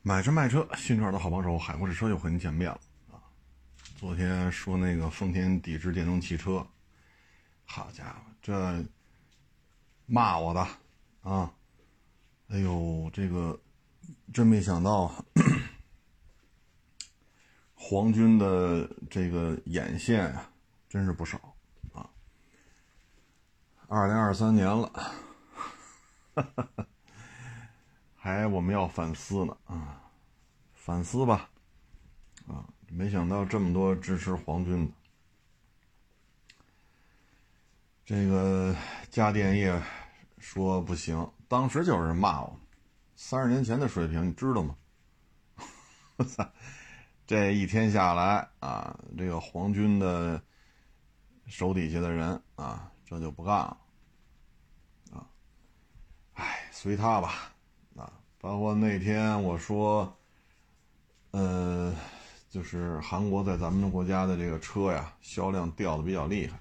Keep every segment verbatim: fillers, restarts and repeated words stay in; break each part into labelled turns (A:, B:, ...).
A: 买车卖车，新车的好帮手，海阔试车又和您见面了啊！昨天说那个丰田抵制电动汽车，好家伙，这骂我的啊！哎呦，这个真没想到，皇军的这个眼线呀、啊，真是不少啊！二零二三年了，还我们要反思呢啊！反思吧，啊，没想到这么多支持皇军的。这个家电业说不行，当时就有人骂我，三十年前的水平你知道吗？这一天下来啊，这个皇军的手底下的人啊，这就不干了啊，哎，随他吧啊，包括那天我说呃就是韩国在咱们国家的这个车呀销量掉的比较厉害，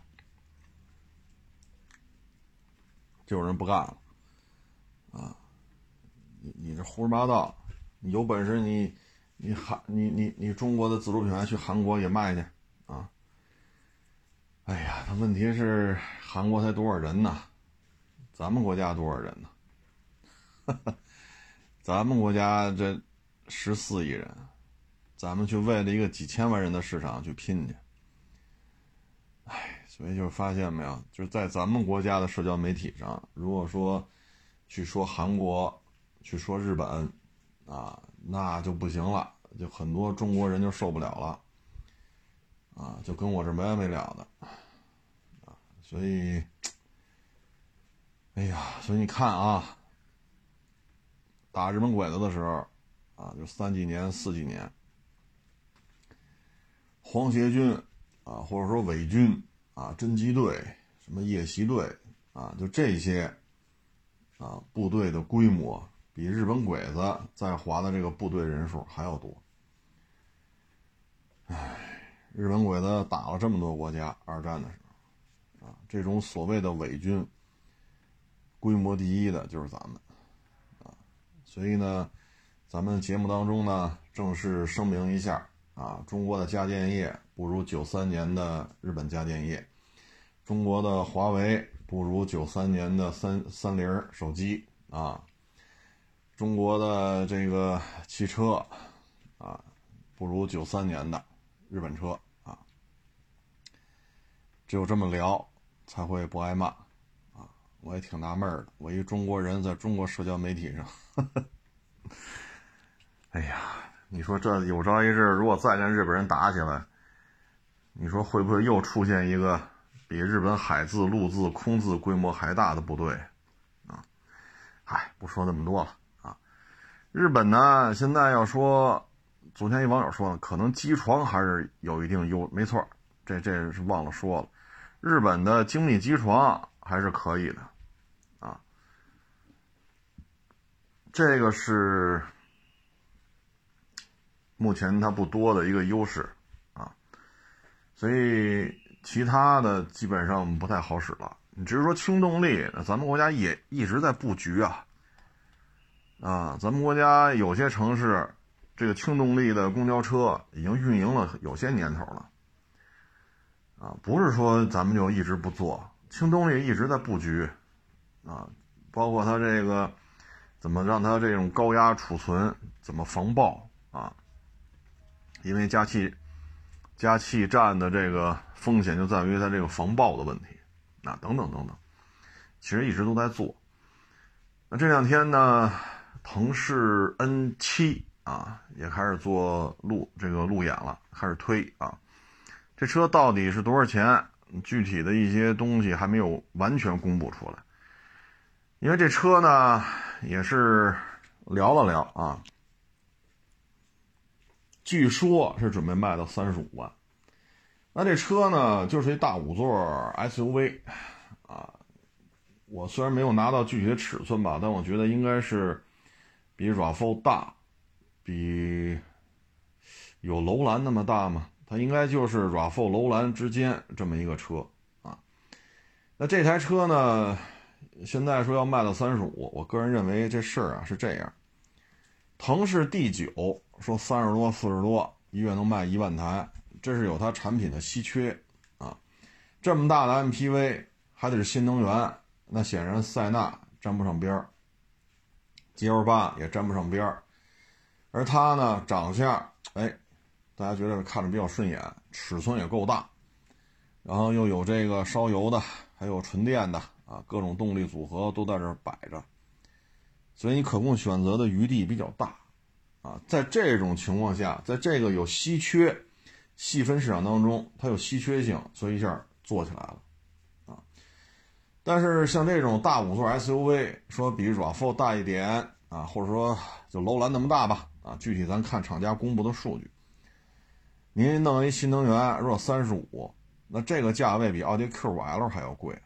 A: 就有人不干了啊！你你这胡说八道，你有本事你你韩你你你中国的自主品牌去韩国也卖去啊！哎呀，他问题是韩国才多少人呢？咱们国家多少人呢？咱们国家这十四亿人，咱们去为了一个几千万人的市场去拼去。哎，所以就是发现没有，就是在咱们国家的社交媒体上，如果说去说韩国，去说日本，啊，那就不行了，就很多中国人就受不了了，啊，就跟我这没完没了的，啊，所以，哎呀，所以你看啊，打日本鬼子的时候，啊，就三几年、四几年，皇协军啊，或者说伪军啊，侦缉队、什么夜袭队啊，就这些啊部队的规模比日本鬼子在华的这个部队人数还要多。唉，日本鬼子打了这么多国家，二战的时候啊，这种所谓的伪军规模第一的就是咱们啊，所以呢，咱们节目当中呢正式声明一下啊，中国的家电业不如九三年的日本家电业，中国的华为不如九三年的三三菱手机啊，中国的这个汽车啊不如九三年的日本车啊，只有这么聊才会不挨骂啊！我也挺纳闷的，我一中国人在中国社交媒体上，呵呵哎呀，你说这有朝一日如果再跟日本人打起来，你说会不会又出现一个比日本海自、陆自、空自规模还大的部队啊？嗨，不说那么多了啊。日本呢，现在要说，昨天一网友说呢，可能机床还是有一定优，没错，这这是忘了说了，日本的精密机床还是可以的啊，这个是目前它不多的一个优势啊，所以其他的基本上不太好使了。你只是说轻动力，咱们国家也一直在布局啊，啊，咱们国家有些城市，这个轻动力的公交车已经运营了有些年头了，啊，不是说咱们就一直不做，轻动力一直在布局，啊，包括它这个怎么让它这种高压储存怎么防爆啊，因为加气加气站的这个风险就在于它这个防爆的问题，啊，等等等等，其实一直都在做。那这两天呢，腾势 N 七 啊也开始做路这个路演了，开始推啊。这车到底是多少钱？具体的一些东西还没有完全公布出来。因为这车呢也是聊了聊啊，据说是准备卖到三十五万。那这车呢就是一大五座 S U V 啊，我虽然没有拿到具体的尺寸吧，但我觉得应该是比 R A V 四 大，比有楼兰那么大吗？它应该就是 R A V 四 楼兰之间这么一个车啊。那这台车呢，现在说要卖到三十五，我个人认为这事儿啊是这样， 腾势 D 九说三十多四十多一月能卖一万台，这是有它产品的稀缺啊。这么大的 M P V 还得是新能源，那显然塞纳沾不上边儿， G L 八也沾不上边儿。而它呢长相哎大家觉得看着比较顺眼，尺寸也够大，然后又有这个烧油的还有纯电的啊，各种动力组合都在这儿摆着，所以你可供选择的余地比较大啊。在这种情况下，在这个有稀缺细分市场当中，它有稀缺性，所以一下做起来了啊。但是像这种大五座 S U V 说比 R A V 大一点啊，或者说就楼兰那么大吧啊，具体咱看厂家公布的数据。您弄一新能源若三十五，那这个价位比奥迪 Q 五 L 还要贵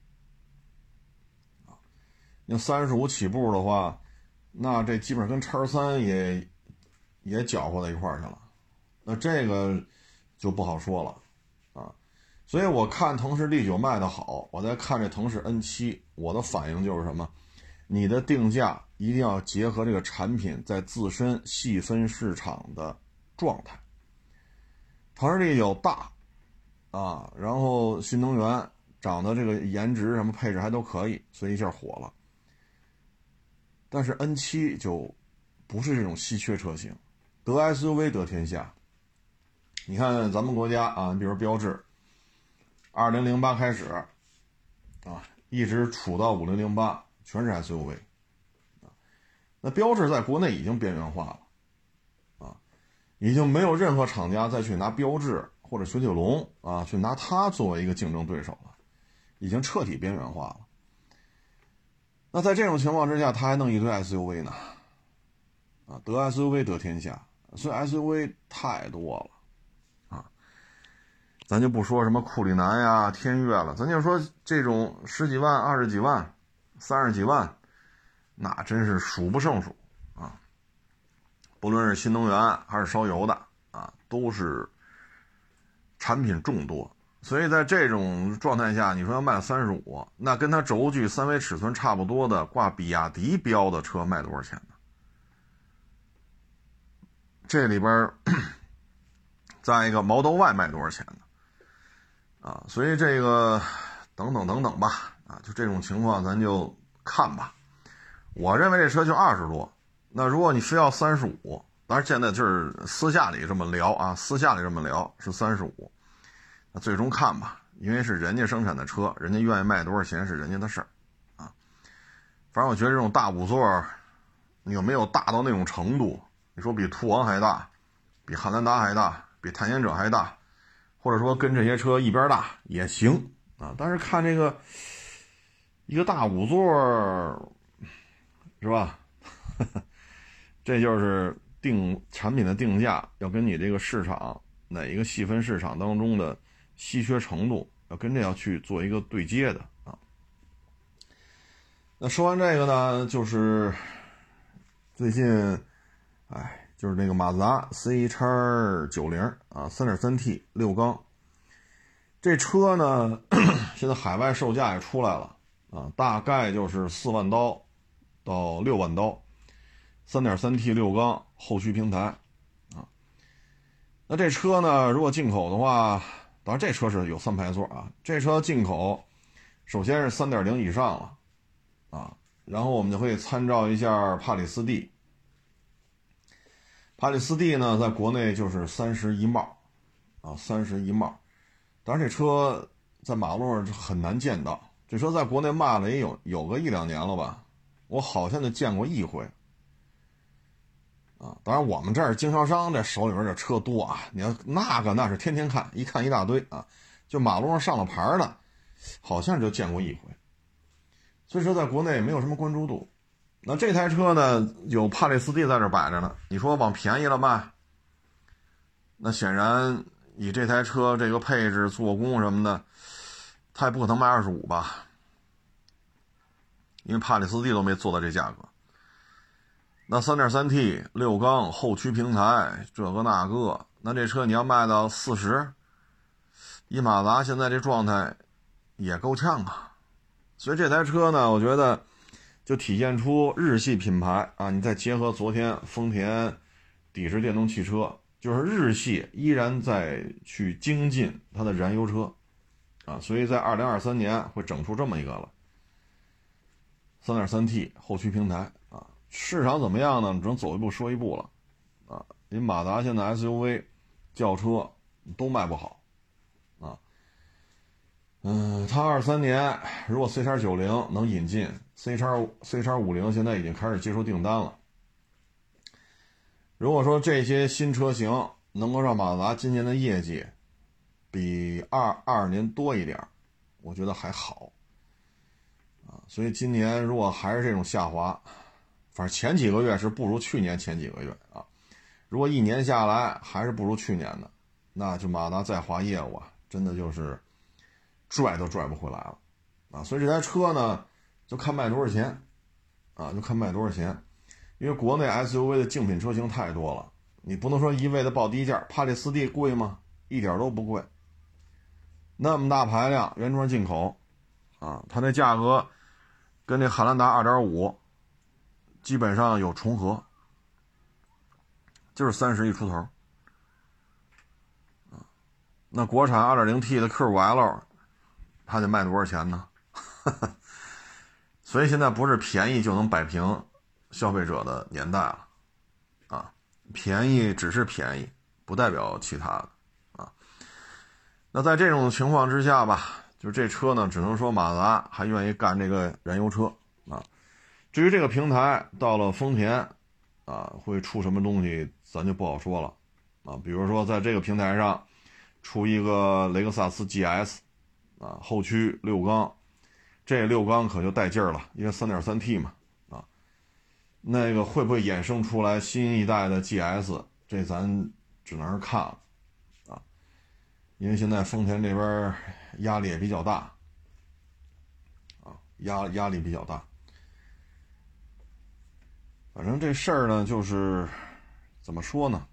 A: 啊！你三十五起步的话，那这基本上跟叉三也也搅和在一块儿去了，那这个就不好说了啊。所以我看腾势 D 九卖的好，我在看这腾势 N 七，我的反应就是什么？你的定价一定要结合这个产品在自身细分市场的状态。腾势 D 九大啊，然后新能源长得这个颜值什么配置还都可以，所以一下火了。但是 N 七 就不是这种稀缺车型，得 S U V 得天下。你看咱们国家啊，比如标致二零零八开始啊，一直处到五零零八全是 S U V 啊。那标致在国内已经边缘化了啊，已经没有任何厂家再去拿标致或者雪铁龙啊去拿它作为一个竞争对手了，已经彻底边缘化了。那在这种情况之下，他还弄一堆 S U V 呢啊，得 S U V 得天下，所以 S U V 太多了啊。咱就不说什么库里南呀、天越了，咱就说这种十几万、二十几万、三十几万，那真是数不胜数啊。不论是新能源还是烧油的啊，都是产品众多。所以在这种状态下，你说要卖三十五，那跟它轴距三维尺寸差不多的挂比亚迪标的车卖多少钱呢？这里边再一个 Model Y 卖多少钱呢？啊，所以这个等等等等吧，啊，就这种情况咱就看吧。我认为这车就二十多，那如果你非要三十五，当然现在就是私下里这么聊啊，私下里这么聊是三十五。那最终看吧，因为是人家生产的车，人家愿意卖多少钱是人家的事儿啊。反正我觉得这种大五座，你有没有大到那种程度？你说比途昂还大，比汉兰达还大，比探险者还大，或者说跟这些车一边大也行啊。但是看这个一个大五座，是吧？这就是定产品的定价要跟你这个市场哪一个细分市场当中的稀缺程度要跟这要去做一个对接的啊。那说完这个呢，就是最近哎就是那个马自达 C 叉九十 啊 三点三 T 六缸这车呢现在海外售价也出来了啊，大概就是四万刀到六万刀 三点三 T 六缸后驱平台啊。那这车呢如果进口的话，当然这车是有三排座啊，这车进口首先是 三点零 以上了啊，然后我们就可以参照一下帕里斯蒂。帕里斯蒂呢在国内就是三十一帽啊，三十一帽。当然这车在马路上很难见到，这车在国内卖了也有有个一两年了吧，我好像就见过一回啊。当然我们这儿经销商这手里边这车多啊，你要那个那是天天看，一看一大堆啊，就马路上上了牌的好像就见过一回，所以说在国内没有什么关注度。那这台车呢有帕里斯蒂在这摆着呢，你说往便宜了卖，那显然以这台车这个配置做工什么的，它也不可能卖二十五吧，因为帕里斯蒂都没做到这价格。那 三点三 T 六缸后驱平台这个那个，那这车你要卖到四十，以马自达现在这状态也够呛啊。所以这台车呢，我觉得就体现出日系品牌啊，你再结合昨天丰田抵制电动汽车，就是日系依然在去精进它的燃油车啊，所以在二零二三年会整出这么一个了 三点三 T 后驱平台啊。市场怎么样呢？只能走一步说一步了啊。因为马达现在 S U V 轿车都卖不好啊。嗯，它二三年如果 C 叉九零 能引进 C 叉 C 叉五零现在已经开始接受订单了。如果说这些新车型能够让马自达今年的业绩比二二年多一点，我觉得还好啊。所以今年如果还是这种下滑，反正前几个月是不如去年前几个月啊。如果一年下来还是不如去年的，那就马自达在华业务啊，真的就是拽都拽不回来了啊。所以这台车呢，就看卖多少钱啊，就看卖多少钱。因为国内 S U V 的竞品车型太多了，你不能说一味的报低价。帕里斯蒂贵吗？一点都不贵。那么大排量原装进口啊，它那价格跟那汉兰达 二点五 基本上有重合，就是三十一出头啊。那国产 二点零 T 的 Q 五 L 它得卖多少钱呢？所以现在不是便宜就能摆平消费者的年代了啊，便宜只是便宜，不代表其他的啊。那在这种情况之下吧，就这车呢，只能说马自达还愿意干这个燃油车啊。至于这个平台到了丰田啊，会出什么东西，咱就不好说了啊。比如说在这个平台上出一个雷克萨斯 G S 啊，后驱六缸，这六缸可就带劲儿了，因为 三点三 T 嘛。那个会不会衍生出来新一代的 G S， 这咱只能是看了啊，因为现在丰田这边压力也比较大啊，压压力比较大。反正这事儿呢，就是怎么说呢？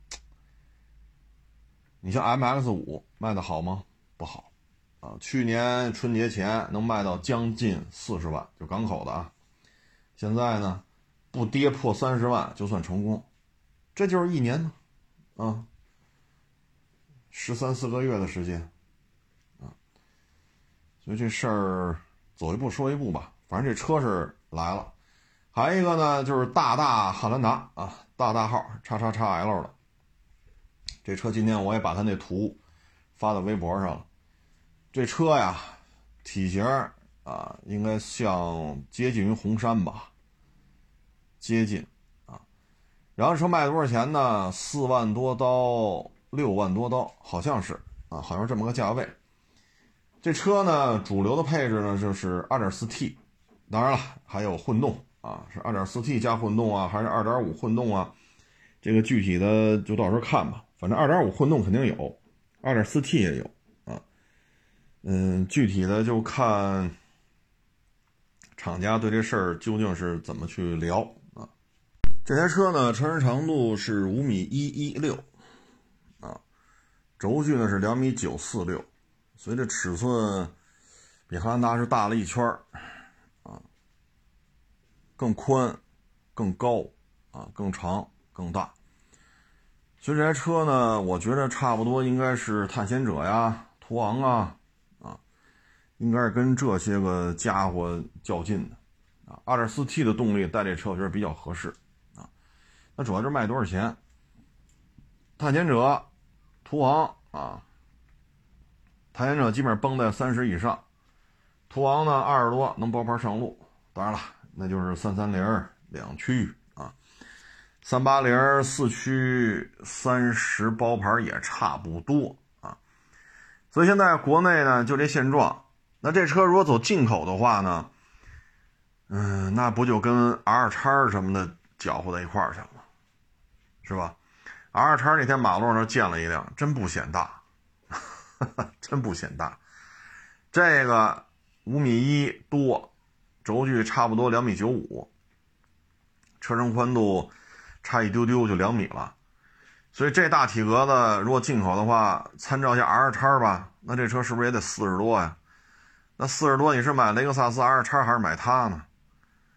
A: 你像 M X 五 卖的好吗？不好啊，去年春节前能卖到将近四十万，就港口的啊，现在呢？不跌破三十万就算成功，这就是一年呢，啊，十三四个月的时间，啊，所以这事儿走一步说一步吧。反正这车是来了，还有一个呢就是大大汉兰达啊，大大号叉叉叉 L 的这车，今天我也把它那图发到微博上了。这车呀，体型啊，应该像接近于红杉吧。接近啊，然后车卖多少钱呢？四万多刀，六万多刀，好像是啊，好像是这么个价位。这车呢，主流的配置呢就是 二点四 T， 当然了，还有混动啊，是 二点四 T 加混动啊，还是 二点五 混动啊？这个具体的就到时候看吧。反正 二点五 混动肯定有， 二点四 T 也有啊。嗯，具体的就看厂家对这事儿究竟是怎么去聊。这台车呢，车身长度是五米一一六，啊，轴距呢是两米九四六，所以这尺寸比汉兰达是大了一圈啊，更宽、更高啊、更长、更大。所以这台车呢，我觉得差不多应该是探险者呀、途昂啊，啊，应该是跟这些个家伙较劲的啊。二点四 T 的动力带这车我觉得比较合适。那主要就是卖多少钱？探险者、途昂啊，探险者基本上崩在三十以上，途昂呢二十多能包牌上路。当然了，那就是三三零两驱啊，三八零四驱三十包牌也差不多啊。所以现在国内呢就这现状。那这车如果走进口的话呢，嗯，那不就跟 R 叉什么的搅和在一块儿去了？是吧 ？R 叉那天马路上见了一辆，真不显大，真不显大。这个五米一多，轴距差不多两米九五，车身宽度差一丢丢就两米了。所以这大体格子如果进口的话，参照一下 R 叉吧，那这车是不是也得四十多呀？那四十多你是买雷克萨斯 R 叉还是买它呢？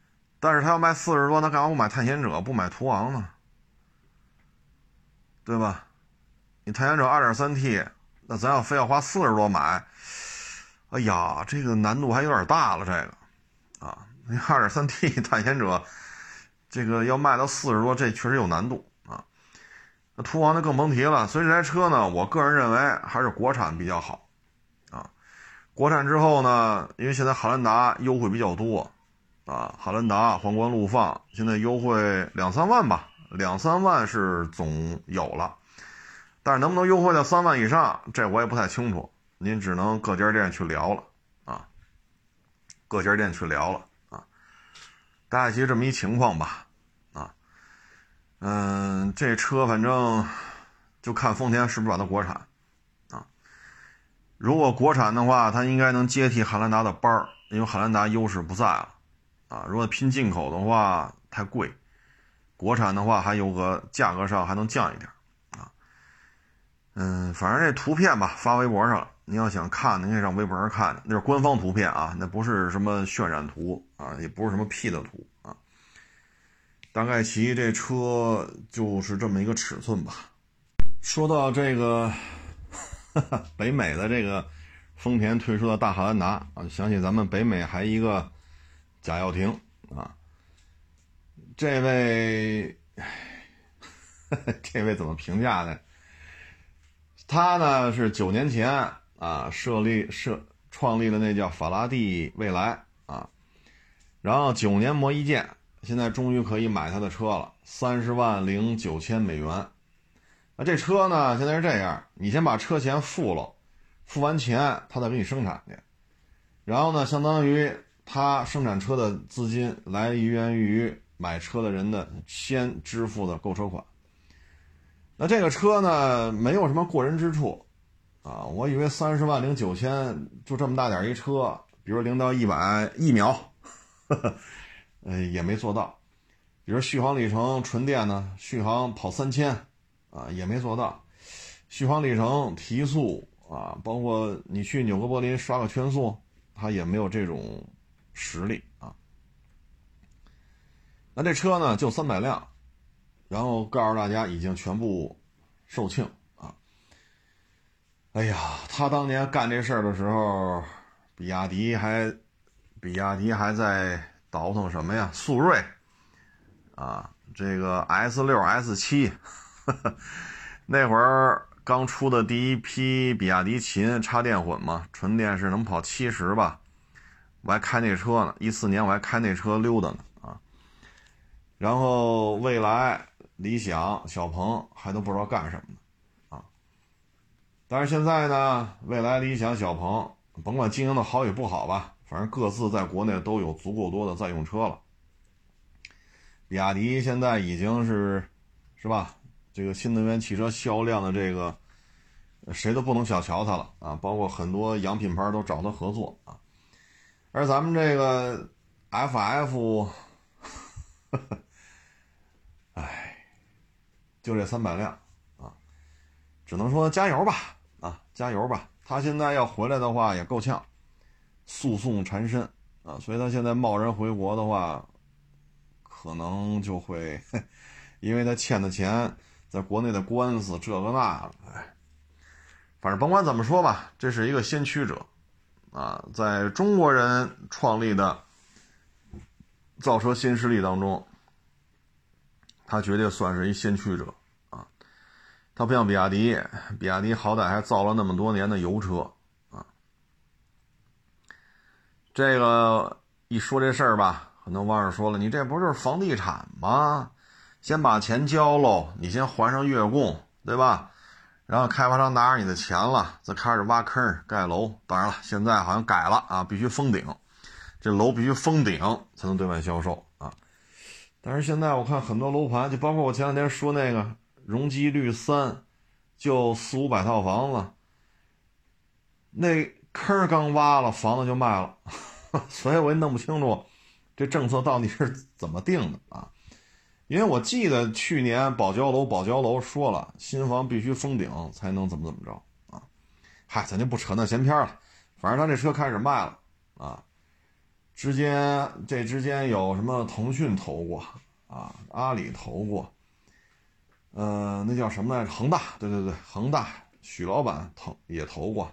A: 但是他要卖四十多，他干嘛不买探险者不买途昂呢？对吧？你探险者 二点三 T， 那咱要非要花四十多买，哎呀，这个难度还有点大了。这个啊，那 二点三 T 探险者这个要卖到四十多，这确实有难度啊。那途昂就更甭提了。所以这台车呢，我个人认为还是国产比较好啊。国产之后呢，因为现在汉兰达优惠比较多啊，汉兰达皇冠陆放现在优惠两三万吧，两三万是总有了，但是能不能优惠到三万以上，这我也不太清楚，您只能各家店去聊了啊，各家店去聊了啊，大概其实这么一情况吧啊，嗯，这车反正就看丰田是不是把它国产啊，如果国产的话，它应该能接替汉兰达的班儿，因为汉兰达优势不在了啊，如果拼进口的话太贵，国产的话还有个价格上还能降一点啊。嗯，反正这图片吧发微博上了，你要想看你可以上微博上看，那是官方图片啊，那不是什么渲染图啊，也不是什么 P 的图啊。大概其这车就是这么一个尺寸吧。说到这个呵呵北美的这个丰田推出的大汉兰达啊，想起咱们北美还一个贾跃亭啊，这位这位怎么评价呢？他呢是九年前啊设立设创立了那叫法拉第未来啊，然后九年磨一剑，现在终于可以买他的车了，三十万零九千美元。那这车呢现在是这样，你先把车钱付了，付完钱他再给你生产去，然后呢相当于他生产车的资金来源于买车的人的先支付的购车款。那这个车呢没有什么过人之处啊，我以为三十万零九千就这么大点一车，比如零到一百一秒呵呵呃也没做到，比如续航里程纯电呢续航跑三千啊也没做到，续航里程提速啊包括你去纽格柏林刷个圈速它也没有这种实力啊。那这车呢就三百辆，然后告诉大家已经全部售罄啊！哎呀，他当年干这事儿的时候，比亚迪还比亚迪还在倒腾什么呀？速锐啊，这个 S 六 S 七 那会儿刚出的第一批比亚迪秦插电混嘛，纯电是能跑七十吧，我还开那车呢，一四年我还开那车溜达呢啊。然后蔚来、理想、小鹏还都不知道干什么呢啊！但是现在呢，蔚来、理想、小鹏，甭管经营的好与不好吧，反正各自在国内都有足够多的在用车了。比亚迪现在已经是，是吧？这个新能源汽车销量的这个，谁都不能小瞧它了啊！包括很多洋品牌都找它合作啊。而咱们这个 F F。呵呵唉，就这三百辆啊，只能说加油吧啊，加油吧！他现在要回来的话也够呛，诉讼缠身啊，所以他现在贸然回国的话，可能就会，因为他欠的钱，在国内的官司这个那个，哎，反正甭管怎么说吧，这是一个先驱者啊，在中国人创立的造车新势力当中。他绝对算是一先驱者啊！他不像比亚迪，比亚迪好歹还造了那么多年的油车啊。这个一说这事儿吧，很多网友说了，你这不就是房地产吗？先把钱交喽，你先还上月供，对吧？然后开发商拿着你的钱了，再开始挖坑盖楼。当然了，现在好像改了啊，必须封顶，这楼必须封顶才能对外销售啊。但是现在我看很多楼盘，就包括我前两天说那个容积率三，就四五百套房子，那坑刚挖了，房子就卖了，所以我也弄不清楚这政策到底是怎么定的啊。因为我记得去年保交楼保交楼说了，新房必须封顶才能怎么怎么着啊。嗨，咱就不扯那闲篇了，反正他这车开始卖了啊。 之间这之间有什么腾讯投过啊，阿里投过，呃，那叫什么来着？恒大，对对对，恒大许老板投也投过，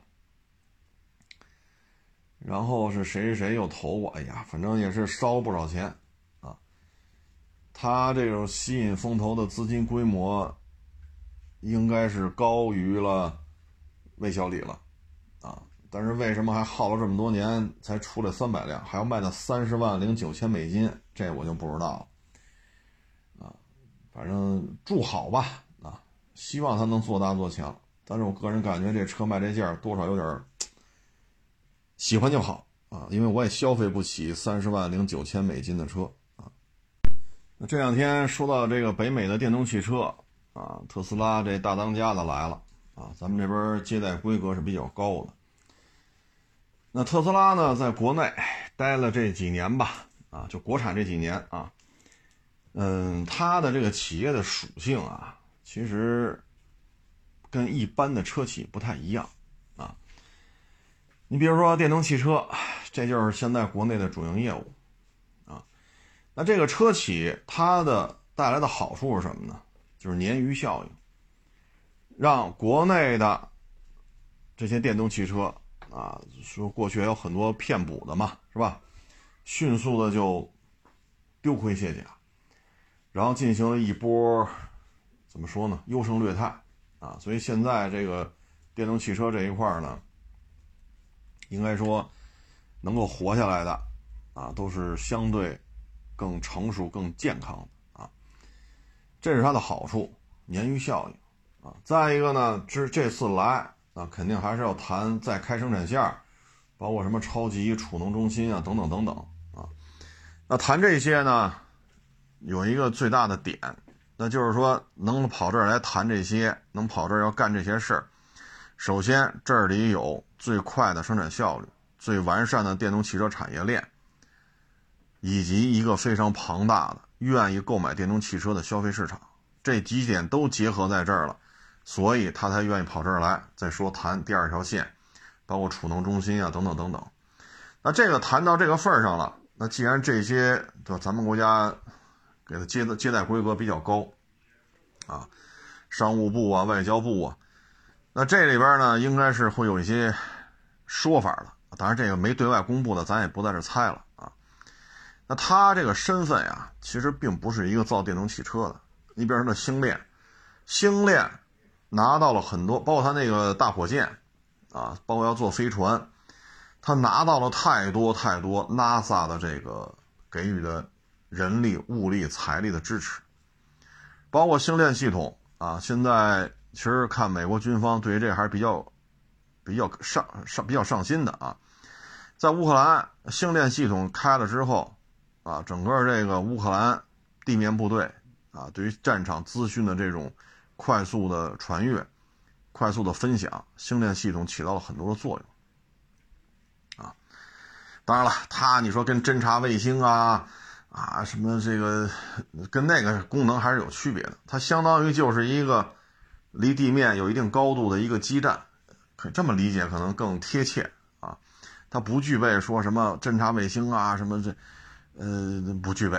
A: 然后是谁谁谁又投过，哎呀，反正也是烧了不少钱啊。他这种吸引风投的资金规模，应该是高于了魏小李了啊。但是为什么还耗了这么多年才出来三百辆，还要卖到三十万零九千美金？这我就不知道了啊。反正祝好吧啊，希望他能做大做强。但是我个人感觉这车卖这价多少有点喜欢就好啊，因为我也消费不起三十万零九千美金的车啊。那这两天说到这个北美的电动汽车啊，特斯拉这大当家的来了啊，咱们这边接待规格是比较高的。那特斯拉呢，在国内待了这几年吧，啊，就国产这几年啊，嗯，它的这个企业的属性啊，其实跟一般的车企不太一样啊。你比如说电动汽车，这就是现在国内的主营业务啊。那这个车企它的带来的好处是什么呢？就是鲶鱼效应，让国内的这些电动汽车啊，说过去也有很多骗补的嘛，是吧？迅速的就丢盔卸甲，然后进行了一波怎么说呢，优胜劣汰啊。所以现在这个电动汽车这一块呢，应该说能够活下来的啊，都是相对更成熟、更健康的啊。这是它的好处，鲶鱼效应啊。再一个呢，这这次来。那肯定还是要谈再开生产线，包括什么超级储能中心啊，等等等等啊。那谈这些呢，有一个最大的点，那就是说能跑这儿来谈这些，能跑这儿要干这些事儿，首先这里有最快的生产效率，最完善的电动汽车产业链，以及一个非常庞大的愿意购买电动汽车的消费市场，这几点都结合在这儿了。所以他才愿意跑这儿来，再说谈第二条线，包括储能中心啊，等等等等。那这个谈到这个份儿上了，那既然这些对咱们国家给他接的接待规格比较高啊，商务部啊、外交部啊，那这里边呢应该是会有一些说法的。当然这个没对外公布的，咱也不在这猜了啊。那他这个身份呀，其实并不是一个造电动汽车的。你比如说那星链，星链。拿到了很多，包括他那个大火箭啊，包括要做飞船，他拿到了太多太多 NASA 的这个给予的人力、物力、财力的支持，包括星链系统啊。现在其实看美国军方对于这个还是比较比较上上比较上心的啊。在乌克兰星链系统开了之后啊，整个这个乌克兰地面部队啊，对于战场资讯的这种快速的传阅、快速的分享，星链系统起到了很多的作用啊。当然了，它你说跟侦察卫星啊啊什么这个跟那个功能还是有区别的，它相当于就是一个离地面有一定高度的一个基站，可以这么理解可能更贴切啊。它不具备说什么侦察卫星啊什么这呃不具备。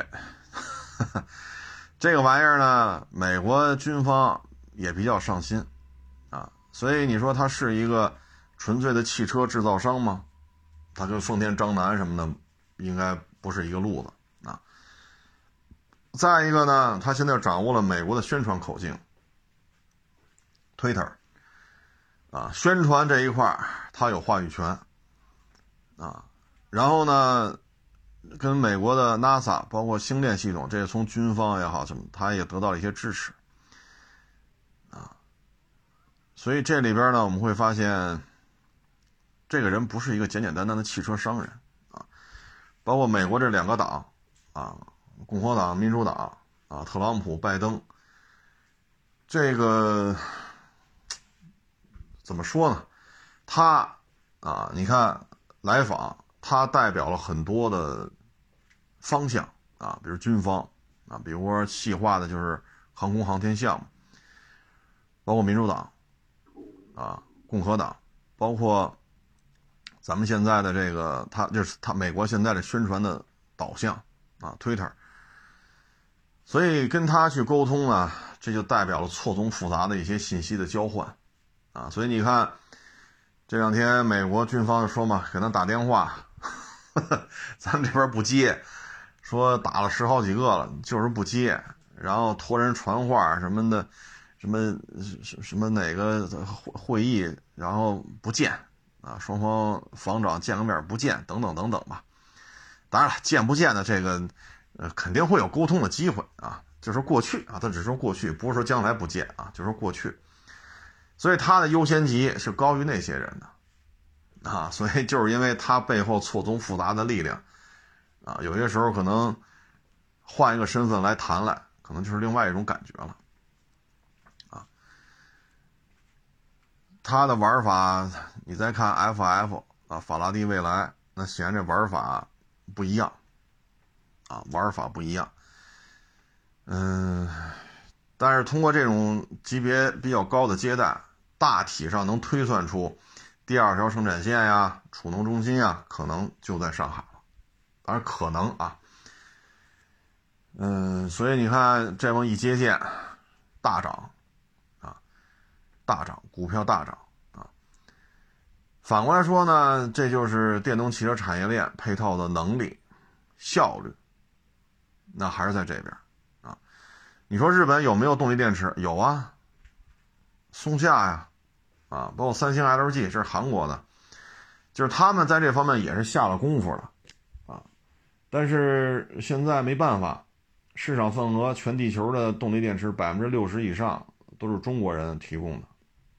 A: 这个玩意儿呢，美国军方也比较上心啊，所以你说它是一个纯粹的汽车制造商吗？它跟丰田章男什么的应该不是一个路子啊。再一个呢，他现在掌握了美国的宣传口径 ，Twitter 啊，宣传这一块他有话语权啊。然后呢，跟美国的 NASA 包括星链系统，这从军方也好什么，他也得到了一些支持啊。所以这里边呢，我们会发现这个人不是一个简简单单的汽车商人啊。包括美国这两个党啊，共和党、民主党啊，特朗普、拜登，这个怎么说呢？他啊，你看来访，他代表了很多的方向啊，比如军方啊，比如说细化的就是航空航天项目，包括民主党啊、共和党，包括咱们现在的这个，他就是他美国现在的宣传的导向啊 ，Twitter。所以跟他去沟通呢，这就代表了错综复杂的一些信息的交换啊。所以你看，这两天美国军方就说嘛，给他打电话，呵呵咱们这边不接，说打了十好几个了，就是不接，然后托人传话什么的，什么什么哪个会议，然后不见啊，双方防长见个面不见，等等等等吧。当然了，见不见的这个。呃，肯定会有沟通的机会啊，就是过去啊，他只说过去，不是说将来不见啊，就是说过去，所以他的优先级是高于那些人的啊，所以就是因为他背后错综复杂的力量啊，有些时候可能换一个身份来谈来，可能就是另外一种感觉了啊。他的玩法，你再看 F F 啊，法拉第未来，那显然这玩法不一样。啊，玩法不一样，嗯，但是通过这种级别比较高的接待，大体上能推算出第二条生产线呀、储能中心呀，可能就在上海了。当然可能啊，嗯，所以你看这么一接见，大涨啊，大涨，股票大涨啊。反过来说呢，这就是电动汽车产业链配套的能力、效率。那还是在这边啊，你说日本有没有动力电池？有啊，松下呀，啊，包括三星 L G， 这是韩国的，就是他们在这方面也是下了功夫了啊。但是现在没办法，市场份额全地球的动力电池百分之六十以上都是中国人提供的，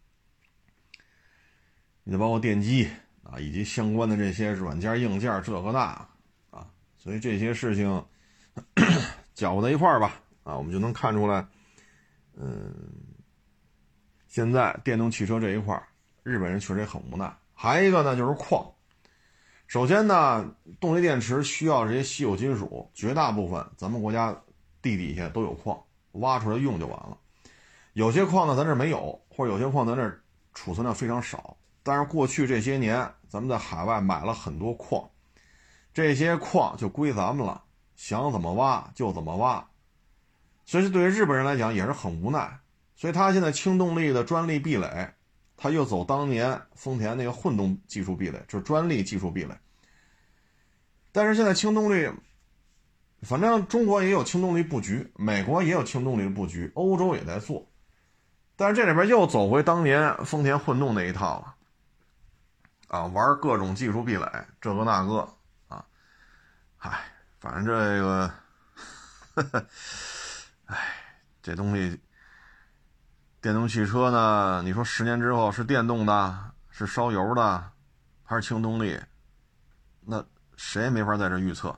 A: 你就包括电机啊，以及相关的这些软件硬件这个那啊，所以这些事情。搅和在一块儿吧，啊，我们就能看出来，嗯，现在电动汽车这一块儿，日本人确实也很无奈。还一个呢，就是矿。首先呢，动力电池需要这些稀有金属，绝大部分咱们国家地底下都有矿，挖出来用就完了。有些矿呢，咱这没有，或者有些矿咱这储存量非常少。但是过去这些年，咱们在海外买了很多矿，这些矿就归咱们了。想怎么挖就怎么挖，所以对于日本人来讲也是很无奈，所以他现在轻动力的专利壁垒，他又走当年丰田那个混动技术壁垒，就是专利技术壁垒。但是现在轻动力，反正中国也有轻动力布局，美国也有轻动力的布局，欧洲也在做，但是这里边又走回当年丰田混动那一套了，啊，玩各种技术壁垒，这个那个啊，嗨。反正这个，呵呵，哎，这东西，电动汽车呢，你说十年之后是电动的，是烧油的，还是轻动力？那谁也没法在这预测，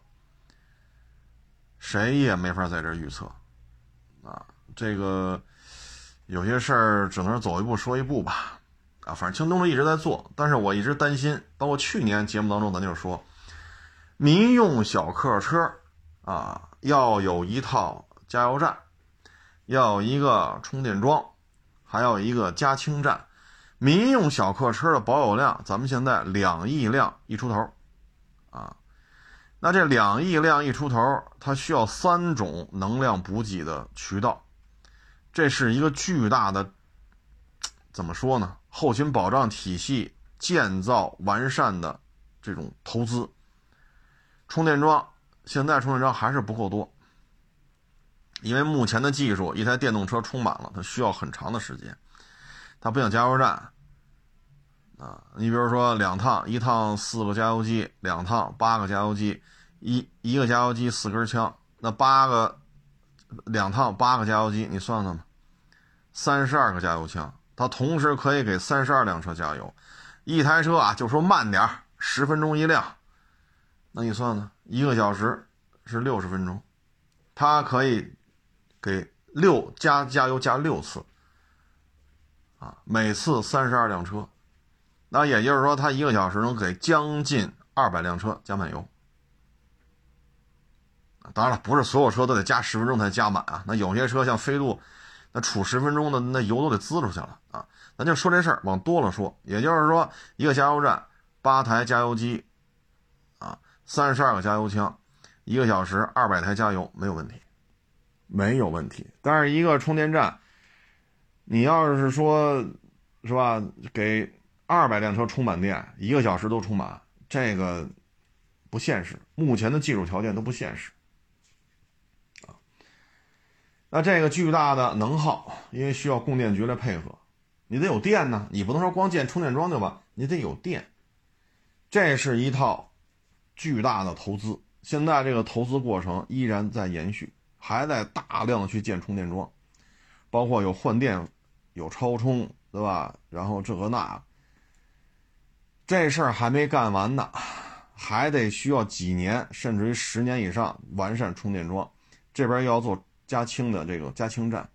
A: 谁也没法在这预测，啊，这个有些事儿只能是走一步说一步吧，啊，反正轻动力一直在做，但是我一直担心，包括去年节目当中咱就说。民用小客车啊，要有一套加油站，要有一个充电桩，还有一个加氢站。民用小客车的保有量，咱们现在两亿辆一出头啊。那这两亿辆一出头，它需要三种能量补给的渠道，这是一个巨大的，怎么说呢？后勤保障体系建造完善的这种投资。充电桩现在充电桩还是不够多，因为目前的技术，一台电动车充满了，它需要很长的时间，它不像加油站啊，你比如说两趟，一趟四个加油机，两趟八个加油机，一一个加油机四根枪，那八个两趟八个加油机，你算算吧，三十二个加油枪，它同时可以给三十二辆车加油，一台车啊，就说慢点十分钟一辆。那你算算，一个小时是六十分钟，它可以给六加加油加六次，啊，每次三十二辆车，那也就是说，它一个小时能给将近二百辆车加满油。当然了，不是所有车都得加十分钟才加满啊，那有些车像飞度，那储十分钟的那油都得滋出去了啊。咱就说这事儿往多了说，也就是说，一个加油站八台加油机啊，三十二个加油枪，一个小时二百台加油没有问题，没有问题。但是一个充电站，你要是说是吧，给二百辆车充满电，一个小时都充满，这个不现实，目前的技术条件都不现实啊。那这个巨大的能耗，因为需要供电局来配合，你得有电呢，你不能说光建充电桩对吧？你得有电，这是一套巨大的投资。现在这个投资过程依然在延续，还在大量的去建充电桩，包括有换电、有超充，对吧？然后这个那，这事儿还没干完呢，还得需要几年甚至于十年以上完善充电桩。这边又要做加氢的这个加氢站，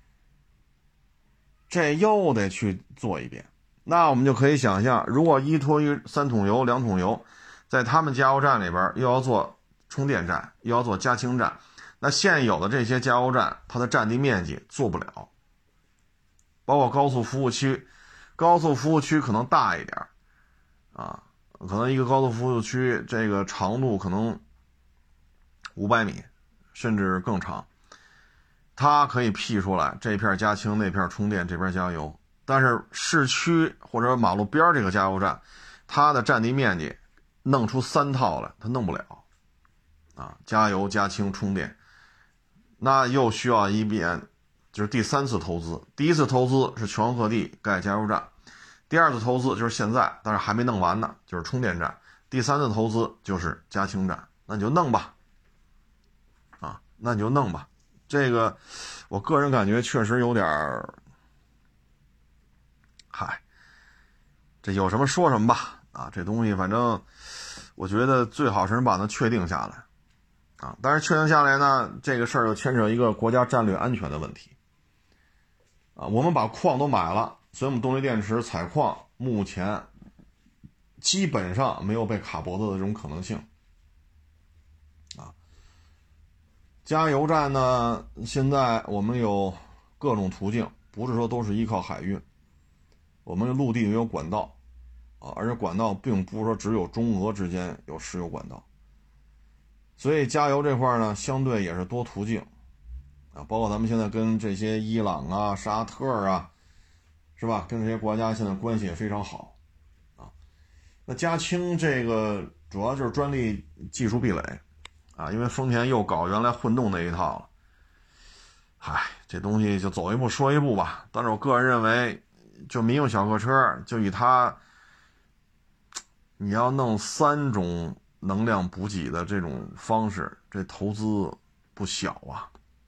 A: 这又得去做一遍。那我们就可以想象，如果依托于三桶油、两桶油，在他们加油站里边又要做充电站，又要做加氢站，那现有的这些加油站它的占地面积做不了，包括高速服务区，高速服务区可能大一点啊，可能一个高速服务区这个长度可能五百米甚至更长，它可以辟出来这片加氢，那片充电，这边加油。但是市区或者马路边这个加油站，它的占地面积弄出三套来它弄不了啊，加油加氢充电，那又需要一遍就是第三次投资。第一次投资是全国各地盖加油站，第二次投资就是现在但是还没弄完呢，就是充电站，第三次投资就是加氢站。那你就弄吧啊，那你就弄吧。这个我个人感觉确实有点儿，嗨，这有什么说什么吧啊，这东西反正我觉得最好是能把它确定下来啊。但是确定下来呢，这个事儿又牵扯一个国家战略安全的问题啊。我们把矿都买了，所以我们动力电池采矿目前基本上没有被卡脖子的这种可能性啊。加油站呢，现在我们有各种途径，不是说都是依靠海运，我们陆地也有管道啊，而且管道并不是说只有中俄之间有石油管道，所以加油这块呢，相对也是多途径啊，包括咱们现在跟这些伊朗啊、沙特啊，是吧？跟这些国家现在关系也非常好啊。那加氢这个主要就是专利技术壁垒啊，因为丰田又搞原来混动那一套了。嗨，这东西就走一步说一步吧。但是我个人认为，就民用小客车，就以它，你要弄三种能量补给的这种方式，这投资不小啊。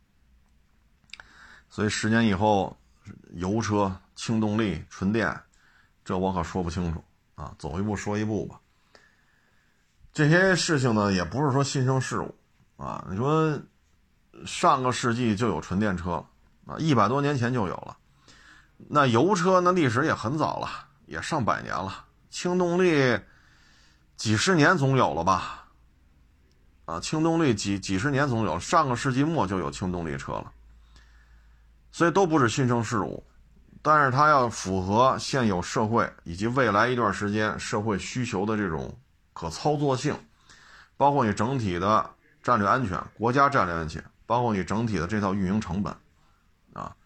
A: 所以十年以后，油车、轻动力、纯电，这我可说不清楚啊。走一步说一步吧。这些事情呢，也不是说新生事物啊。你说上个世纪就有纯电车了啊，一百多年前就有了。那油车呢，历史也很早了，也上百年了。轻动力几十年总有了吧？啊，轻动力几几十年总有，上个世纪末就有轻动力车了。所以都不是新生事物，但是它要符合现有社会以及未来一段时间社会需求的这种可操作性，包括你整体的战略安全、国家战略安全，包括你整体的这套运营成本啊。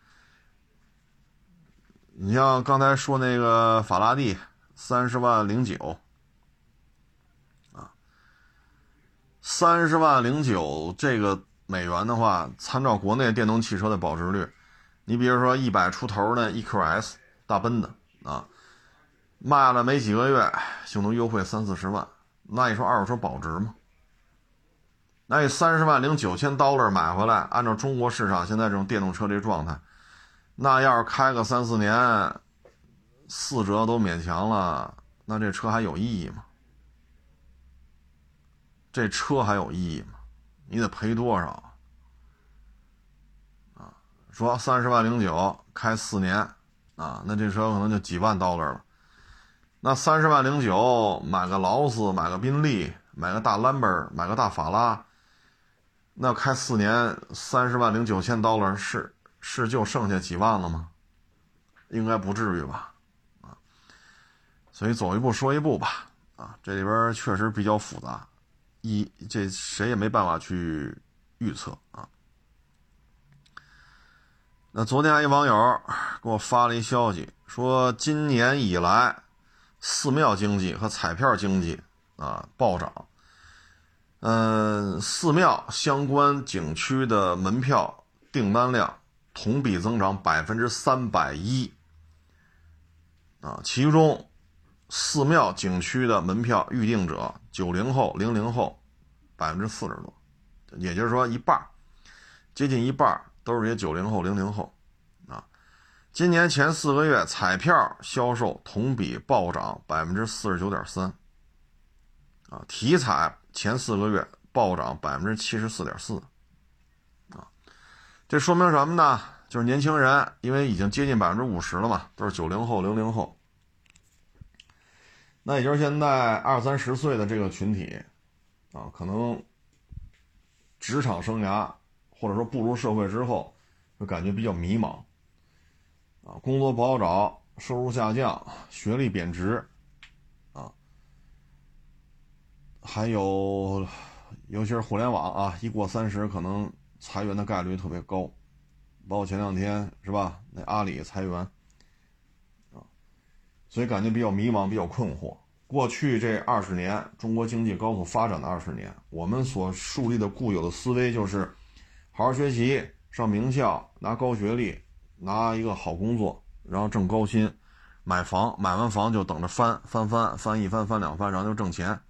A: 你像刚才说那个法拉第三十万零九啊，三十万零九这个美元的话，参照国内电动汽车的保值率，你比如说一百出头的 E Q S 大奔的啊，卖了没几个月，性能优惠三四十万，那你说二手车保值吗？那你三十万零九千 dollar 买回来，按照中国市场现在这种电动车这状态，那要是开个三四年，四折都勉强了，那这车还有意义吗？这车还有意义吗？你得赔多少啊？说三十万零九开四年啊，那这车可能就几万 dollar 了。那三十万零九买个劳斯，买个宾利，买个大兰博，买个大法拉，那开四年三十万零九千 dollar 是是就剩下几万了吗？应该不至于吧？啊，所以走一步说一步吧。 啊，这里边确实比较复杂，一这谁也没办法去预测啊。那昨天还有网友给我发了一消息，说今年以来寺庙经济和彩票经济啊暴涨。嗯，寺庙相关景区的门票订单量同比增长百分之三百一啊，其中寺庙景区的门票预订者九零后、零零后百分之四十多，也就是说一半，接近一半都是这些九零后、零零后啊。今年前四个月彩票销售同比暴涨百分之四十九点三啊，体彩前四个月暴涨百分之七十四点四啊，这说明什么呢？就是年轻人，因为已经接近百分之五十了嘛，都是九零后、零零后。那也就是现在二三十岁的这个群体啊，可能职场生涯或者说步入社会之后，就感觉比较迷茫啊，工作不好找，收入下降，学历贬值啊，还有尤其是互联网啊，一过三十可能裁员的概率特别高，包括前两天是吧，那阿里裁员啊，所以感觉比较迷茫，比较困惑。过去这二十年，中国经济高速发展的二十年，我们所树立的固有的思维就是好好学习，上名校，拿高学历，拿一个好工作，然后挣高薪，买房，买完房就等着翻翻翻翻一翻翻两翻，然后就挣钱。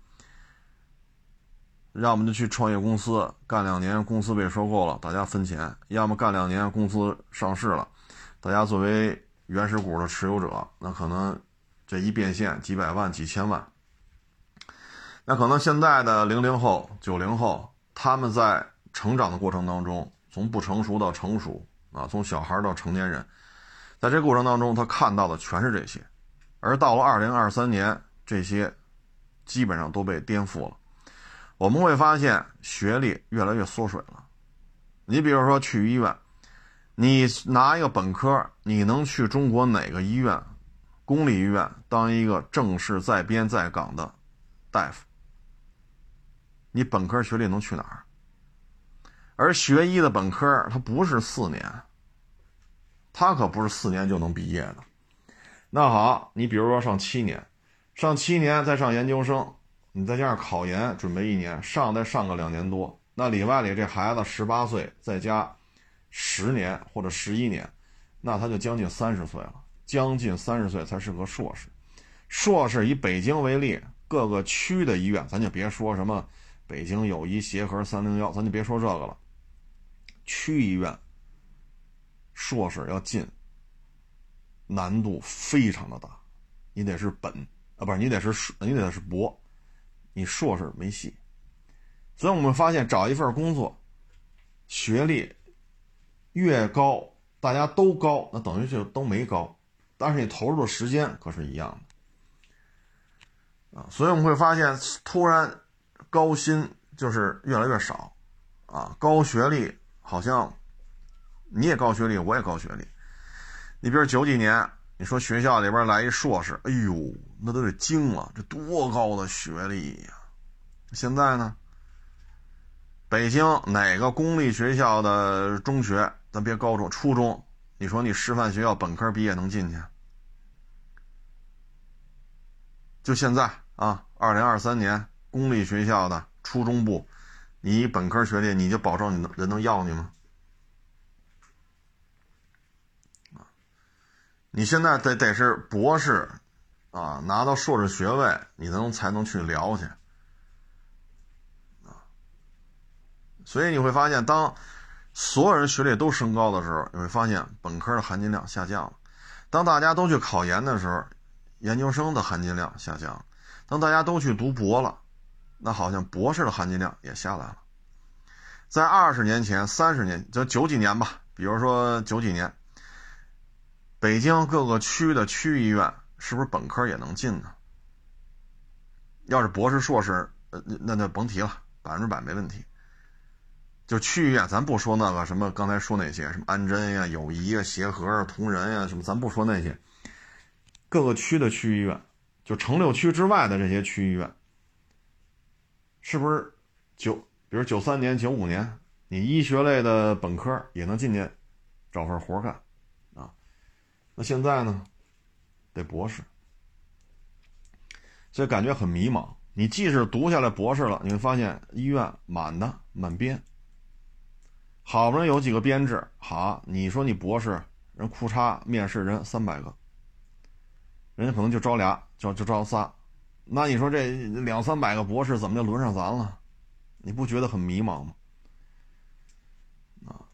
A: 要么就去创业公司干两年，公司被收购了，大家分钱；要么干两年，公司上市了，大家作为原始股的持有者，那可能这一变现几百万几千万。那可能现在的零零后九零后，他们在成长的过程当中，从不成熟到成熟啊，从小孩到成年人，在这个过程当中他看到的全是这些，而到了二零二三年，这些基本上都被颠覆了。我们会发现学历越来越缩水了。你比如说去医院，你拿一个本科，你能去中国哪个医院，公立医院当一个正式在编在岗的大夫？你本科学历能去哪儿？而学医的本科它不是四年，它可不是四年就能毕业的。那好，你比如说上七年，上七年再上研究生，你再加上考研准备一年，上再上个两年多，那里外里这孩子十八岁再加十年或者十一年，那他就将近三十岁了，将近三十岁才是个硕士。硕士以北京为例，各个区的医院，咱就别说什么北京友谊协和三零一，咱就别说这个了，区医院硕士要进难度非常的大，你得是本啊，不是你得是你得是博，你硕士没戏。所以我们发现找一份工作，学历越高，大家都高，那等于就都没高，但是你投入的时间可是一样的啊。所以我们会发现，突然高薪就是越来越少啊，高学历好像你也高学历，我也高学历。你比如九几年，你说学校里边来一硕士，哎呦，那都得惊了，这多高的学历呀！现在呢，北京哪个公立学校的中学，咱别高中，初中，你说你师范学校本科毕业能进去？就现在啊，二零二三年公立学校的初中部，你本科学历，你就保证你人能要你吗？你现在得得是博士啊，拿到硕士学位，你能才能去聊去啊。所以你会发现，当所有人学历都升高的时候，你会发现本科的含金量下降了；当大家都去考研的时候，研究生的含金量下降了；当大家都去读博了，那好像博士的含金量也下来了。在二十年前、三十年，就九几年吧，比如说九几年。北京各个区的区医院是不是本科也能进呢？要是博士硕士，那那甭提了，百分之百没问题。就区医院，咱不说那个什么刚才说那些什么安贞呀、友谊呀、协和啊、同仁呀什么，咱不说那些。各个区的区医院， 就城六区之外的这些区医院，是不是九，比如九三年、九五年，你医学类的本科也能进去找份活干啊？那现在呢，得博士，所以感觉很迷茫。你即使读下来博士了，你会发现医院满的满编，好不容易有几个编制，好，你说你博士，人库差面试人三百个，人家可能就招俩，就就招仨，那你说这两三百个博士怎么就轮上咱了？你不觉得很迷茫吗？啊，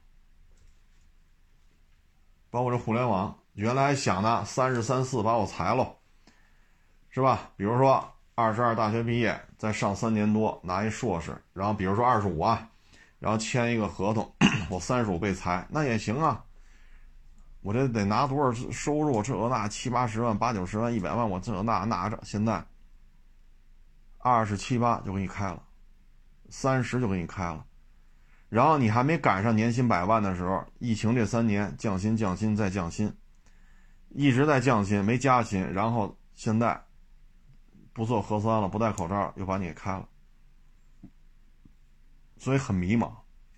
A: 包括这互联网，原来想的三十三四把我裁了，是吧？比如说二十二大学毕业，再上三年多拿一硕士，然后比如说二十五啊，然后签一个合同，我三十五被裁，那也行啊。我这得拿多少收入？这那七八十万、八九十万、一百万，我这那那着。现在二十七八就给你开了，三十就给你开了，然后你还没赶上年薪百万的时候，疫情这三年降薪、降薪再降薪，一直在降薪，没加薪，然后现在不做核酸了，不戴口罩，又把你给开了，所以很迷茫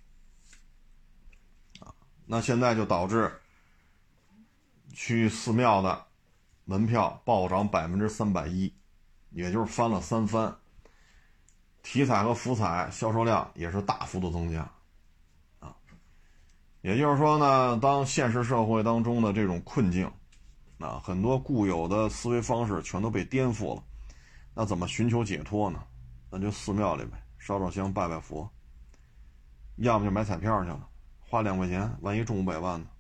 A: 啊。那现在就导致去寺庙的门票暴涨百分之三百一，也就是翻了三番。体彩和福彩销售量也是大幅度增加，啊，也就是说呢，当现实社会当中的这种困境，啊，很多固有的思维方式全都被颠覆了，那怎么寻求解脱呢？那就寺庙里呗，烧烧香拜拜佛，要么就买彩票去了，花两块钱，万一中五百万呢？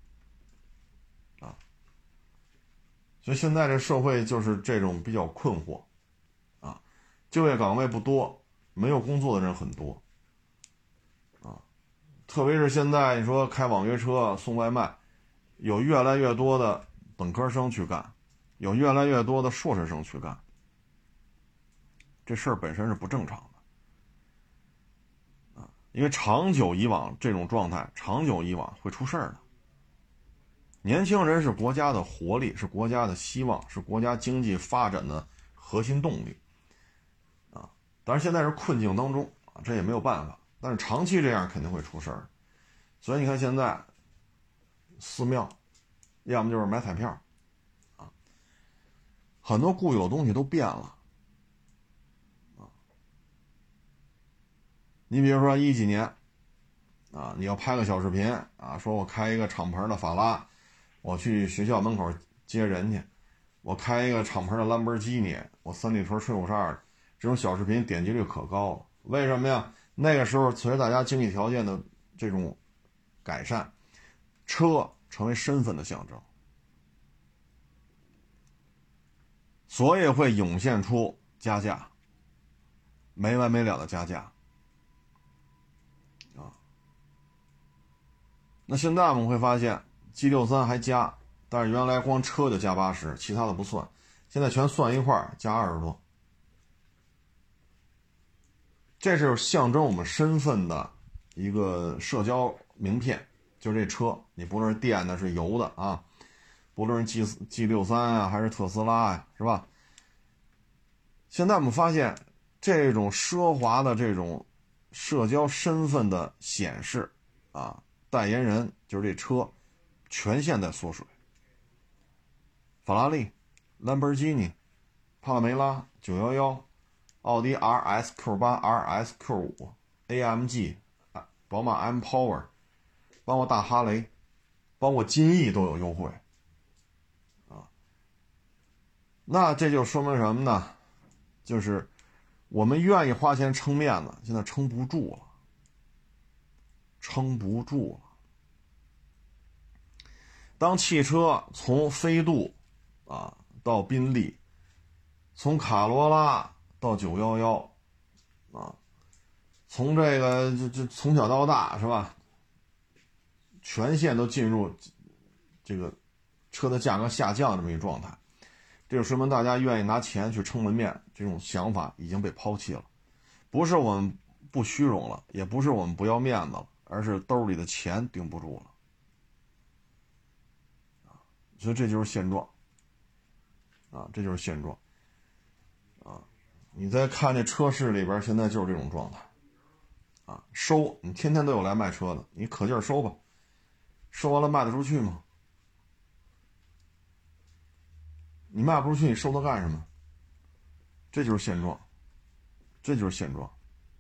A: 所以现在这社会就是这种比较困惑，啊，就业岗位不多，没有工作的人很多，啊，特别是现在你说开网约车送外卖，有越来越多的本科生去干，有越来越多的硕士生去干，这事儿本身是不正常的，啊，因为长久以往这种状态，长久以往会出事儿的。年轻人是国家的活力，是国家的希望，是国家经济发展的核心动力，啊，当然现在是困境当中啊，这也没有办法，但是长期这样肯定会出事儿。所以你看现在寺庙，要么就是买彩票，啊，很多固有的东西都变了，啊，你比如说一几年，啊，你要拍个小视频啊，说我开一个敞篷的法拉。我去学校门口接人去，我开一个敞篷的兰博基尼，我三里屯吹五十二，这种小视频点击率可高了。为什么呀？那个时候随着大家经济条件的这种改善，车成为身份的象征，所以会涌现出加价，没完没了的加价啊。那现在我们会发现G 六十三还加，但是原来光车就加八十，其他的不算，现在全算一块儿加二十多。这是象征我们身份的一个社交名片，就是这车，你不论是电的是油的啊，不论是 G G 六十三啊还是特斯拉呀、啊，是吧？现在我们发现这种奢华的这种社交身份的显示啊，代言人就是这车。全线在缩水，法拉利、兰博基尼、帕拉梅拉、九一一、奥迪 R S Q 八、R S Q 五、A M G、宝马 M Power， 包括大哈雷，包括金翼都有优惠啊。那这就说明什么呢？就是我们愿意花钱撑面子，现在撑不住了，撑不住了。当汽车从飞度啊到宾利，从卡罗拉到九一一啊，从这个就就从小到大是吧，全线都进入这个车的价格下降这么一状态，这就说明大家愿意拿钱去撑门面这种想法已经被抛弃了。不是我们不虚荣了，也不是我们不要面子了，而是兜里的钱顶不住了。所以这就是现状啊，这就是现状啊。你再看这车市里边，现在就是这种状态啊，收你天天都有来卖车的，你可劲儿收吧，收完了卖得出去吗？你卖不出去，你收它干什么？这就是现状，这就是现状。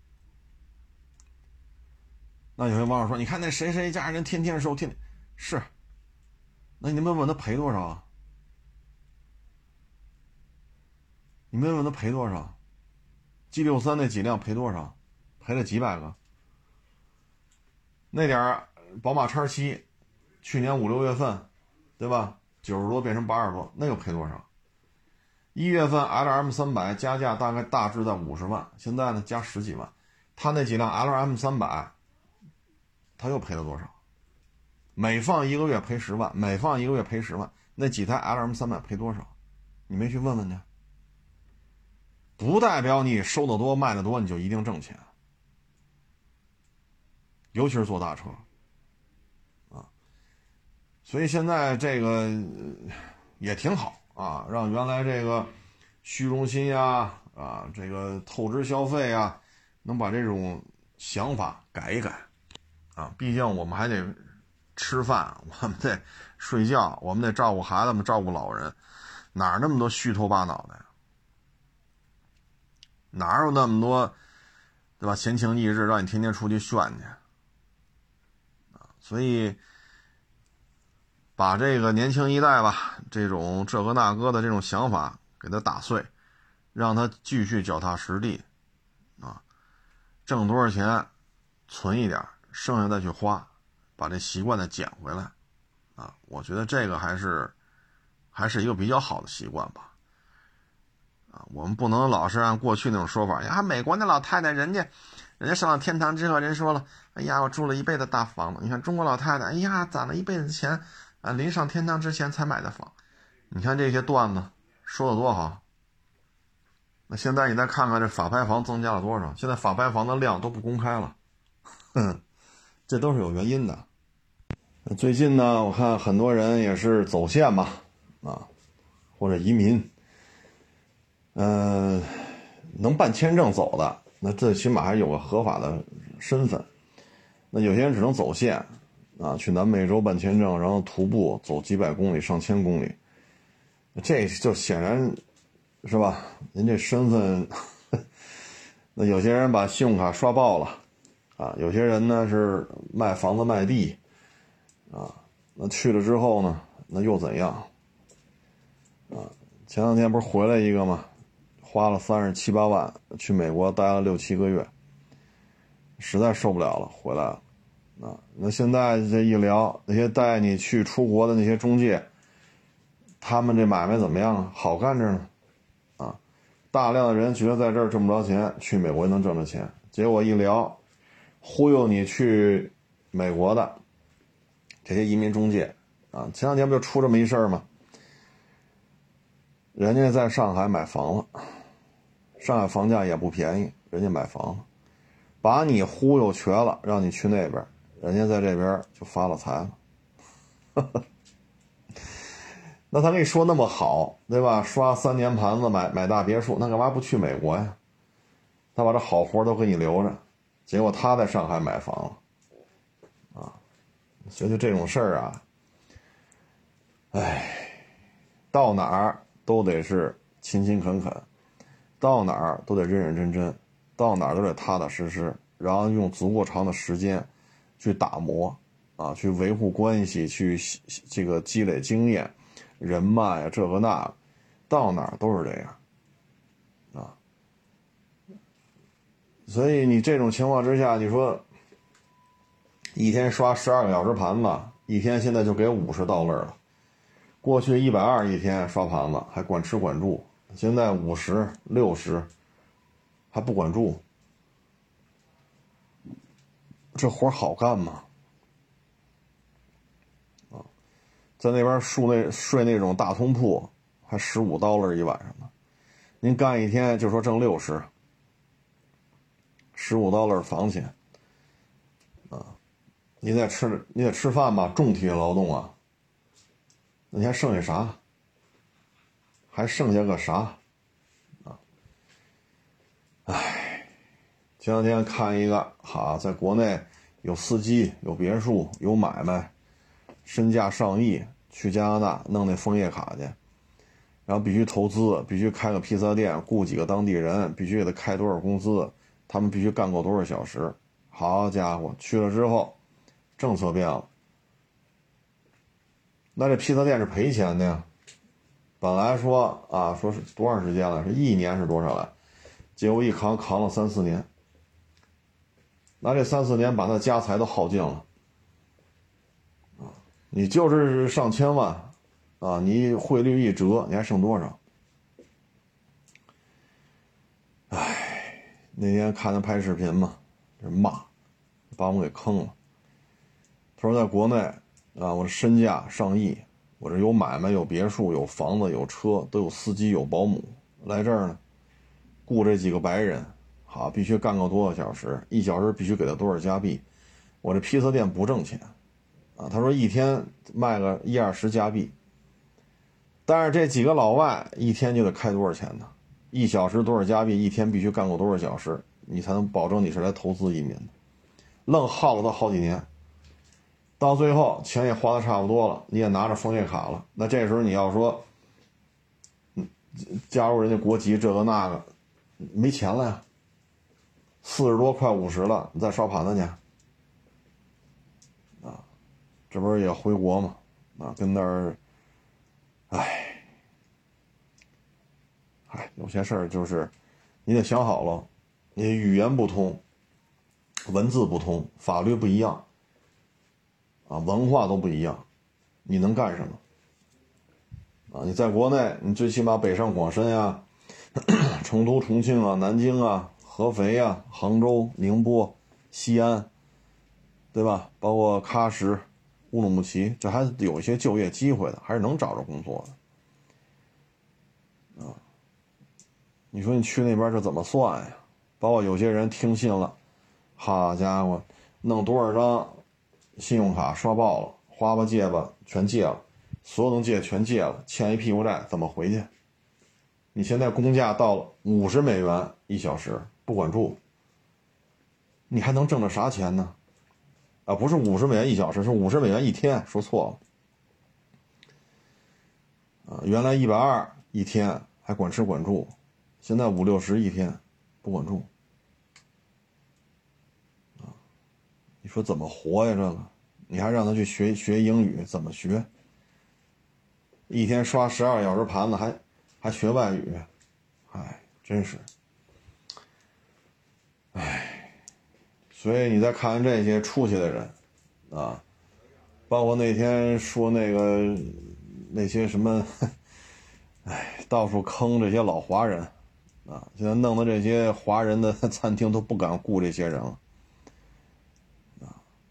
A: 那有些网友说，你看那谁谁家人天天收，天天是，那你们问他赔多少啊？你们问他赔多少 ？G 六三那几辆赔多少？赔了几百个。那点宝马叉七，去年五六月份，对吧？九十多变成八十多，那又赔多少？一月份 L M 三百加价大概大致在五十万，现在呢加十几万。他那几辆 L M 三百，他又赔了多少？每放一个月赔十万，每放一个月赔十万，那几台 L M 三百赔多少？你没去问问去？不代表你收得多卖得多你就一定挣钱，尤其是做大车啊。所以现在这个也挺好啊，让原来这个虚荣心呀啊，这个透支消费啊，能把这种想法改一改啊。毕竟我们还得吃饭，我们得睡觉，我们得照顾孩子们，照顾老人，哪那么多虚头巴脑的呀？哪有那么多，对吧？闲情逸致让你天天出去炫去啊！所以把这个年轻一代吧，这种这个那个的这种想法给他打碎，让他继续脚踏实地啊，挣多少钱存一点，剩下再去花，把这习惯再捡回来啊！我觉得这个还是还是一个比较好的习惯吧。啊，我们不能老是按过去那种说法呀。美国那老太太，人家，人家上了天堂之后，人说了，哎呀，我住了一辈子大房子。你看中国老太太，哎呀，攒了一辈子钱，啊，临上天堂之前才买的房。你看这些段子说的多好。那现在你再看看这法拍房增加了多少？现在法拍房的量都不公开了，哼，这都是有原因的。最近呢，我看很多人也是走线嘛，啊，或者移民。嗯、呃，能办签证走的，那最起码还有个合法的身份。那有些人只能走线啊，去南美洲办签证，然后徒步走几百公里、上千公里，这就显然是吧？您这身份，那有些人把信用卡刷爆了啊，有些人呢是卖房子卖地啊，那去了之后呢，那又怎样啊？前两天不是回来一个吗？花了三十七八万去美国待了六七个月，实在受不了了，回来了啊。那现在这一聊，那些带你去出国的那些中介，他们这买卖怎么样啊？好干着呢啊。大量的人觉得在这儿挣不着钱，去美国能挣着钱，结果一聊，忽悠你去美国的这些移民中介啊，前两天不就出这么一事儿吗？人家在上海买房了，上海房价也不便宜，人家买房了，把你忽悠瘸了，让你去那边，人家在这边就发了财了。那他跟你说那么好，对吧？刷三年盘子买买大别墅，那干嘛不去美国呀？他把这好活都给你留着，结果他在上海买房了，啊，所以就这种事儿啊，哎，到哪儿都得是勤勤恳恳，到哪儿都得认认真真，到哪儿都得踏踏实实，然后用足够长的时间去打磨啊，去维护关系，去这个积累经验、人脉啊，这个那个，到哪儿都是这样啊。所以你这种情况之下，你说一天刷十二个小时盘子，一天现在就给五十刀了。过去一百二一天刷盘子，还管吃管住，现在五十、六十，还不管住，这活好干吗？啊，在那边住那睡那种大通铺，还十五刀了一晚上呢。您干一天就说挣六十，十五刀了房钱，啊，你得吃你得吃饭吧，重体力劳动啊。那你还剩下啥？ 还剩下个啥啊？唉，前两天看一个哈，在国内有司机、有别墅、有买卖，身价上亿，去加拿大弄那枫叶卡去，然后必须投资，必须开个披萨店，雇几个当地人，必须给他开多少工资，他们必须干够多少小时。好家伙，去了之后，政策变了，那这披萨店是赔钱的呀。本来说啊，说是多长时间了，是一年是多少了，结果一扛扛了三四年，那这三四年把他家财都耗尽了啊！你就是上千万啊，你汇率一折，你还剩多少？唉，那天看他拍视频嘛，这骂，把我给坑了。他说在国内啊，我的身价上亿。我这有买卖，有别墅，有房子，有车，都有司机，有保姆。来这儿呢，雇这几个白人，好，必须干够多少小时，一小时必须给他多少加币。我这披萨店不挣钱，啊，他说一天卖个一二十加币，但是这几个老外一天就得开多少钱呢？一小时多少加币？一天必须干够多少小时，你才能保证你是来投资移民的？愣耗了他好几年。到最后钱也花的差不多了，你也拿着枫叶卡了，那这时候你要说嗯，加入人家国籍这个那个，没钱了呀，四十多快五十了，你再刷盘子去啊，这不是也回国吗？啊，跟那儿唉唉有些事儿就是你得想好了，你语言不通，文字不通，法律不一样啊，文化都不一样，你能干什么啊？你在国内，你最起码北上广深呀、成都、重庆啊、南京啊、合肥啊、杭州、宁波、西安，对吧？包括喀什、乌鲁木齐，这还有一些就业机会的，还是能找着工作的啊。你说你去那边这怎么算呀？包括有些人听信了，好家伙，弄多少张信用卡刷爆了，花吧借吧全借了，所有能借全借了，欠一屁股债怎么回去？你现在工价到了五十美元一小时，不管住，你还能挣着啥钱呢？啊，不是五十美元一小时，是五十美元一天，说错了。啊，原来一百二一天还管吃管住，现在五六十一天不管住。啊，你说怎么活呀？这个，你还让他去学学英语，怎么学？一天刷十二小时盘子，还还学外语，哎，真是，哎，所以你再看看这些出去的人，啊，包括那天说那个那些什么，哎，到处坑这些老华人，啊，现在弄的这些华人的餐厅都不敢雇这些人了，啊，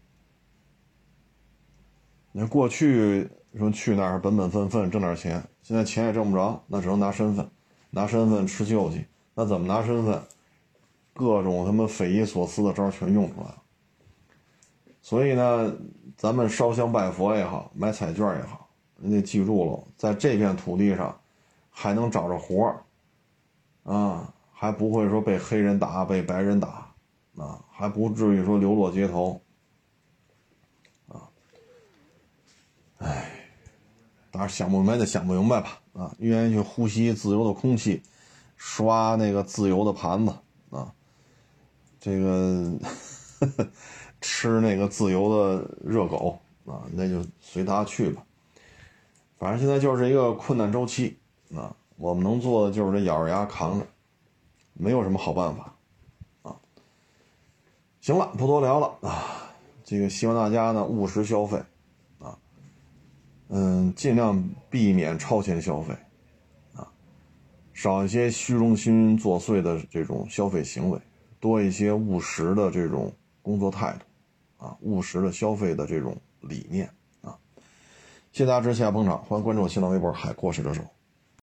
A: 你看过去说去那儿本本分分挣点钱，现在钱也挣不着，那只能拿身份，拿身份吃救济，那怎么拿身份？各种他妈匪夷所思的招全用出来了。所以呢，咱们烧香拜佛也好，买彩券也好，你得记住了，在这片土地上还能找着活儿啊，还不会说被黑人打，被白人打啊，还不至于说流落街头啊。唉，当然想不明白就想不明白吧啊，愿意去呼吸自由的空气，刷那个自由的盘子啊，这个呵呵吃那个自由的热狗啊，那就随他去吧。反正现在就是一个困难周期啊，我们能做的就是这咬着牙扛着，没有什么好办法啊。行了，不多聊了啊，这个希望大家呢务实消费啊，嗯，尽量避免超前消费啊，少一些虚荣心作祟的这种消费行为，多一些务实的这种工作态度。啊，务实的消费的这种理念啊，谢谢大家支持，谢谢捧场，欢迎关注我新浪微博海阔试车手。